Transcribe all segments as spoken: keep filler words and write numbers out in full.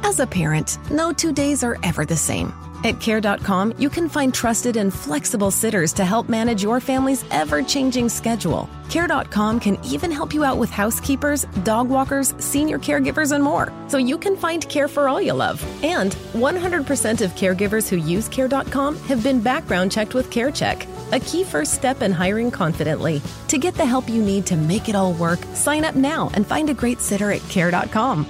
As a parent, no two days are ever the same. At care dot com, you can find trusted and flexible sitters to help manage your family's ever-changing schedule. care dot com can even help you out with housekeepers, dog walkers, senior caregivers, and more, so you can find care for all you love. And one hundred percent of caregivers who use care dot com have been background checked with CareCheck, a key first step in hiring confidently. To get the help you need to make it all work, sign up now and find a great sitter at care dot com.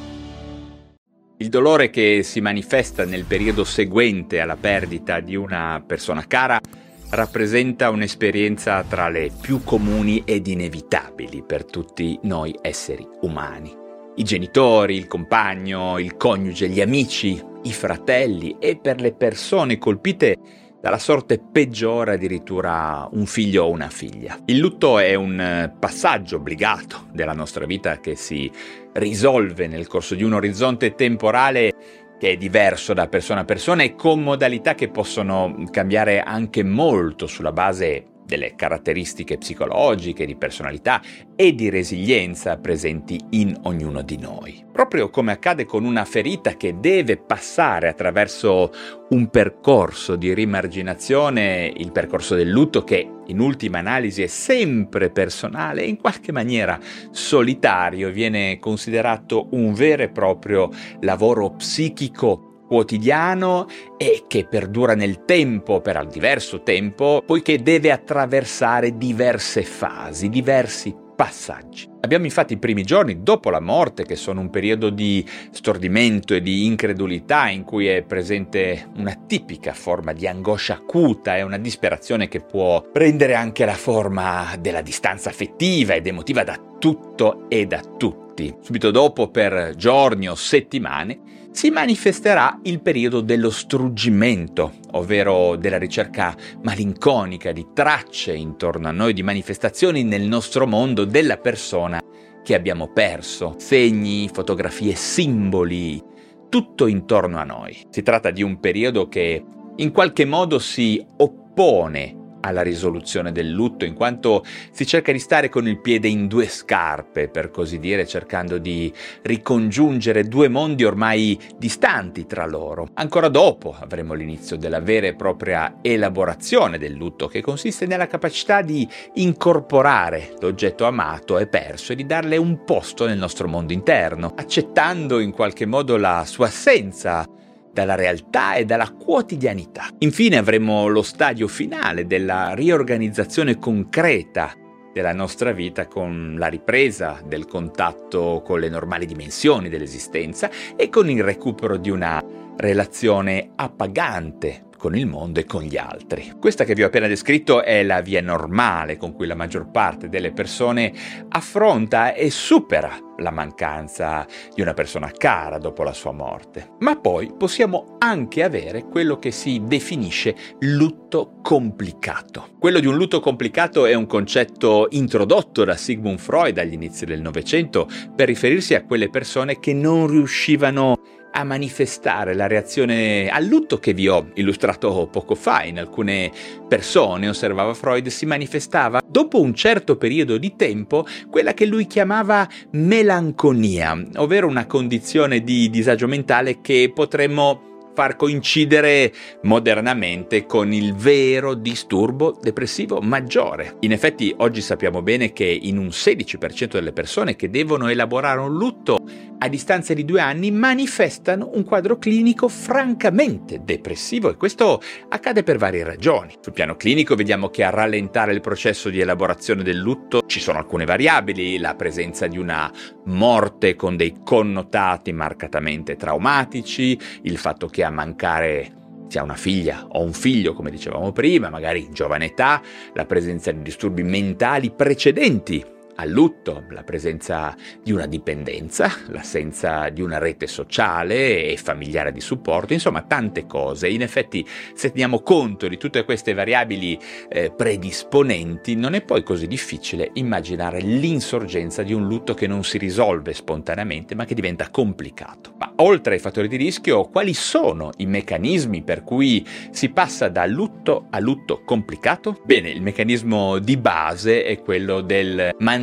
Il dolore che si manifesta nel periodo seguente alla perdita di una persona cara rappresenta un'esperienza tra le più comuni ed inevitabili per tutti noi esseri umani. I genitori, il compagno, il coniuge, gli amici, i fratelli e per le persone colpite dalla sorte peggiore addirittura un figlio o una figlia. Il lutto è un passaggio obbligato della nostra vita che si risolve nel corso di un orizzonte temporale che è diverso da persona a persona e con modalità che possono cambiare anche molto sulla base delle caratteristiche psicologiche, di personalità e di resilienza presenti in ognuno di noi. Proprio come accade con una ferita che deve passare attraverso un percorso di rimarginazione, il percorso del lutto che in ultima analisi è sempre personale e in qualche maniera solitario, viene considerato un vero e proprio lavoro psichico quotidiano e che perdura nel tempo, per diverso tempo, poiché deve attraversare diverse fasi, diversi passaggi. Abbiamo infatti i primi giorni dopo la morte, che sono un periodo di stordimento e di incredulità in cui è presente una tipica forma di angoscia acuta e una disperazione che può prendere anche la forma della distanza affettiva ed emotiva da tutto e da tutti. Subito dopo, per giorni o settimane, si manifesterà il periodo dello struggimento, ovvero della ricerca malinconica di tracce intorno a noi, di manifestazioni nel nostro mondo della persona che abbiamo perso, segni, fotografie, simboli, tutto intorno a noi. Si tratta di un periodo che in qualche modo si oppone alla risoluzione del lutto, in quanto si cerca di stare con il piede in due scarpe, per così dire, cercando di ricongiungere due mondi ormai distanti tra loro. Ancora dopo avremo l'inizio della vera e propria elaborazione del lutto, che consiste nella capacità di incorporare l'oggetto amato e perso e di darle un posto nel nostro mondo interno, accettando in qualche modo la sua assenza dalla realtà e dalla quotidianità. Infine avremo lo stadio finale della riorganizzazione concreta della nostra vita, con la ripresa del contatto con le normali dimensioni dell'esistenza e con il recupero di una relazione appagante con il mondo e con gli altri. Questa che vi ho appena descritto è la via normale con cui la maggior parte delle persone affronta e supera la mancanza di una persona cara dopo la sua morte. Ma poi possiamo anche avere quello che si definisce lutto complicato. Quello di un lutto complicato è un concetto introdotto da Sigmund Freud agli inizi del Novecento per riferirsi a quelle persone che non riuscivano a manifestare la reazione al lutto che vi ho illustrato poco fa. In alcune persone, osservava Freud, si manifestava dopo un certo periodo di tempo quella che lui chiamava melanconia, ovvero una condizione di disagio mentale che potremmo far coincidere modernamente con il vero disturbo depressivo maggiore. In effetti oggi sappiamo bene che in un sedici per cento delle persone che devono elaborare un lutto a distanza di due anni manifestano un quadro clinico francamente depressivo, e questo accade per varie ragioni. Sul piano clinico vediamo che a rallentare il processo di elaborazione del lutto ci sono alcune variabili: la presenza di una morte con dei connotati marcatamente traumatici, il fatto che a mancare sia una figlia o un figlio, come dicevamo prima, magari in giovane età, la presenza di disturbi mentali precedenti al lutto, la presenza di una dipendenza, l'assenza di una rete sociale e familiare di supporto, insomma tante cose. In effetti, se teniamo conto di tutte queste variabili eh, predisponenti, non è poi così difficile immaginare l'insorgenza di un lutto che non si risolve spontaneamente ma che diventa complicato. Ma oltre ai fattori di rischio, quali sono i meccanismi per cui si passa da lutto a lutto complicato? Bene, il meccanismo di base è quello del mantenimento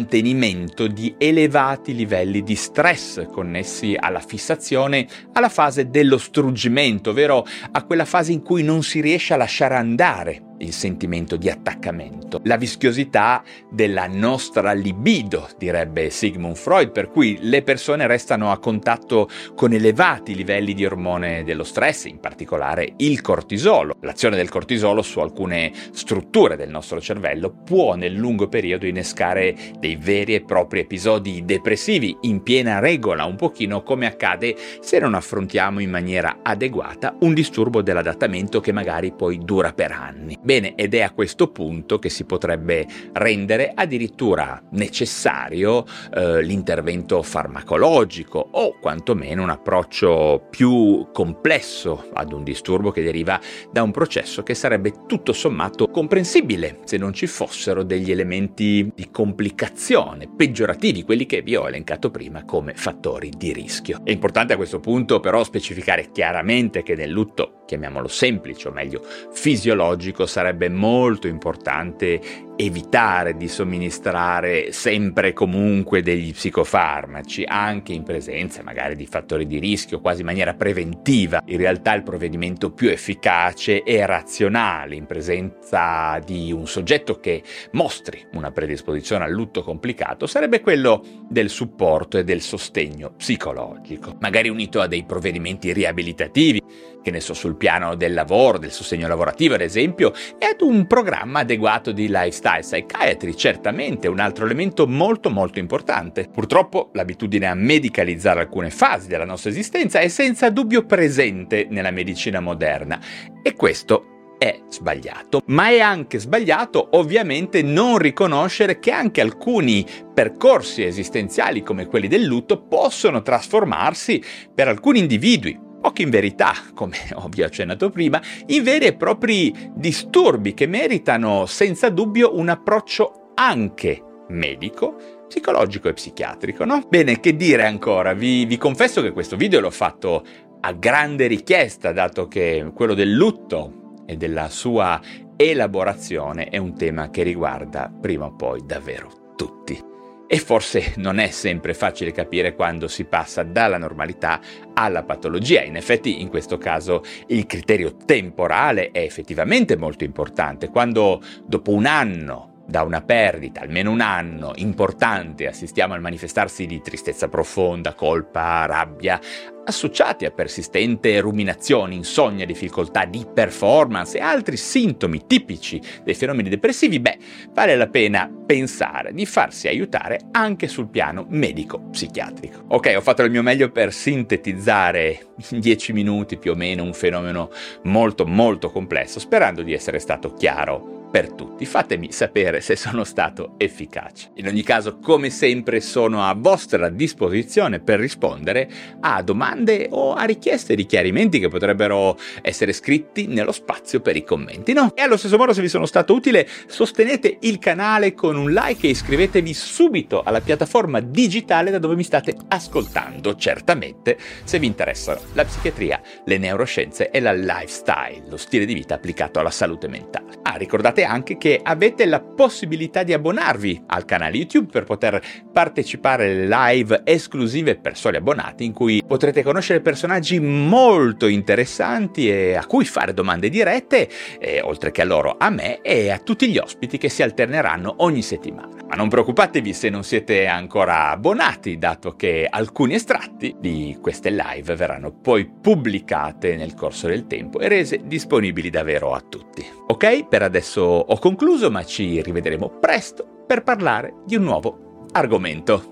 mantenimento di elevati livelli di stress connessi alla fissazione, alla fase dello struggimento, ovvero a quella fase in cui non si riesce a lasciare andare il sentimento di attaccamento, la vischiosità della nostra libido, direbbe Sigmund Freud, per cui le persone restano a contatto con elevati livelli di ormone dello stress, in particolare il cortisolo. L'azione del cortisolo su alcune strutture del nostro cervello può nel lungo periodo innescare dei veri e propri episodi depressivi in piena regola, un pochino come accade se non affrontiamo in maniera adeguata un disturbo dell'adattamento che magari poi dura per anni. Bene, ed è a questo punto che si potrebbe rendere addirittura necessario eh, l'intervento farmacologico o quantomeno un approccio più complesso ad un disturbo che deriva da un processo che sarebbe tutto sommato comprensibile se non ci fossero degli elementi di complicazione peggiorativi, quelli che vi ho elencato prima come fattori di rischio. È importante a questo punto però specificare chiaramente che nel lutto, chiamiamolo semplice o meglio fisiologico, sarebbe molto importante evitare di somministrare sempre e comunque degli psicofarmaci, anche in presenza magari di fattori di rischio, quasi in maniera preventiva. In realtà il provvedimento più efficace e razionale in presenza di un soggetto che mostri una predisposizione al lutto complicato sarebbe quello del supporto e del sostegno psicologico, magari unito a dei provvedimenti riabilitativi, che ne so, sul piano del lavoro, del sostegno lavorativo ad esempio, e ad un programma adeguato di lifestyle psychiatry, certamente un altro elemento molto molto importante. Purtroppo l'abitudine a medicalizzare alcune fasi della nostra esistenza è senza dubbio presente nella medicina moderna e questo è sbagliato, ma è anche sbagliato ovviamente non riconoscere che anche alcuni percorsi esistenziali come quelli del lutto possono trasformarsi per alcuni individui o che in verità, come ho vi accennato prima, in veri e propri disturbi che meritano senza dubbio un approccio anche medico, psicologico e psichiatrico, no? Bene, che dire ancora? Vi, vi confesso che questo video l'ho fatto a grande richiesta, dato che quello del lutto e della sua elaborazione è un tema che riguarda prima o poi davvero tutti. E forse non è sempre facile capire quando si passa dalla normalità alla patologia. In effetti, in questo caso, il criterio temporale è effettivamente molto importante. Quando dopo un anno da una perdita, almeno un anno importante, assistiamo al manifestarsi di tristezza profonda, colpa, rabbia, associati a persistente ruminazione, insonnia, difficoltà di performance e altri sintomi tipici dei fenomeni depressivi, beh, vale la pena pensare di farsi aiutare anche sul piano medico-psichiatrico. Ok, ho fatto il mio meglio per sintetizzare in dieci minuti più o meno un fenomeno molto molto complesso, sperando di essere stato chiaro per tutti. Fatemi sapere se sono stato efficace. In ogni caso, come sempre, sono a vostra disposizione per rispondere a domande o a richieste di chiarimenti che potrebbero essere scritti nello spazio per i commenti, no? E allo stesso modo, se vi sono stato utile, sostenete il canale con un like e iscrivetevi subito alla piattaforma digitale da dove mi state ascoltando, certamente se vi interessano la psichiatria, le neuroscienze e la lifestyle, lo stile di vita applicato alla salute mentale. Ah, ricordate anche che avete la possibilità di abbonarvi al canale YouTube per poter partecipare alle live esclusive per soli abbonati, in cui potrete conoscere personaggi molto interessanti e a cui fare domande dirette, e, oltre che a loro, a me e a tutti gli ospiti che si alterneranno ogni settimana. Ma non preoccupatevi se non siete ancora abbonati, dato che alcuni estratti di queste live verranno poi pubblicate nel corso del tempo e rese disponibili davvero a tutti. Ok, per adesso ho concluso, ma ci rivedremo presto per parlare di un nuovo argomento.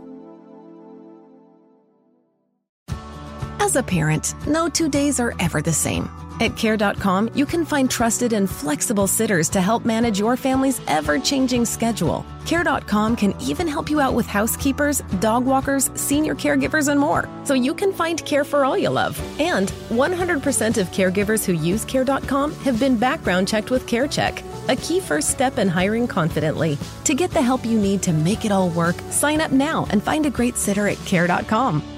As a parent, no two days are ever the same. At care dot com, you can find trusted and flexible sitters to help manage your family's ever-changing schedule. care dot com can even help you out with housekeepers, dog walkers, senior caregivers, and more, so you can find care for all you love. And one hundred percent of caregivers who use care dot com have been background checked with CareCheck, a key first step in hiring confidently. To get the help you need to make it all work, sign up now and find a great sitter at care dot com.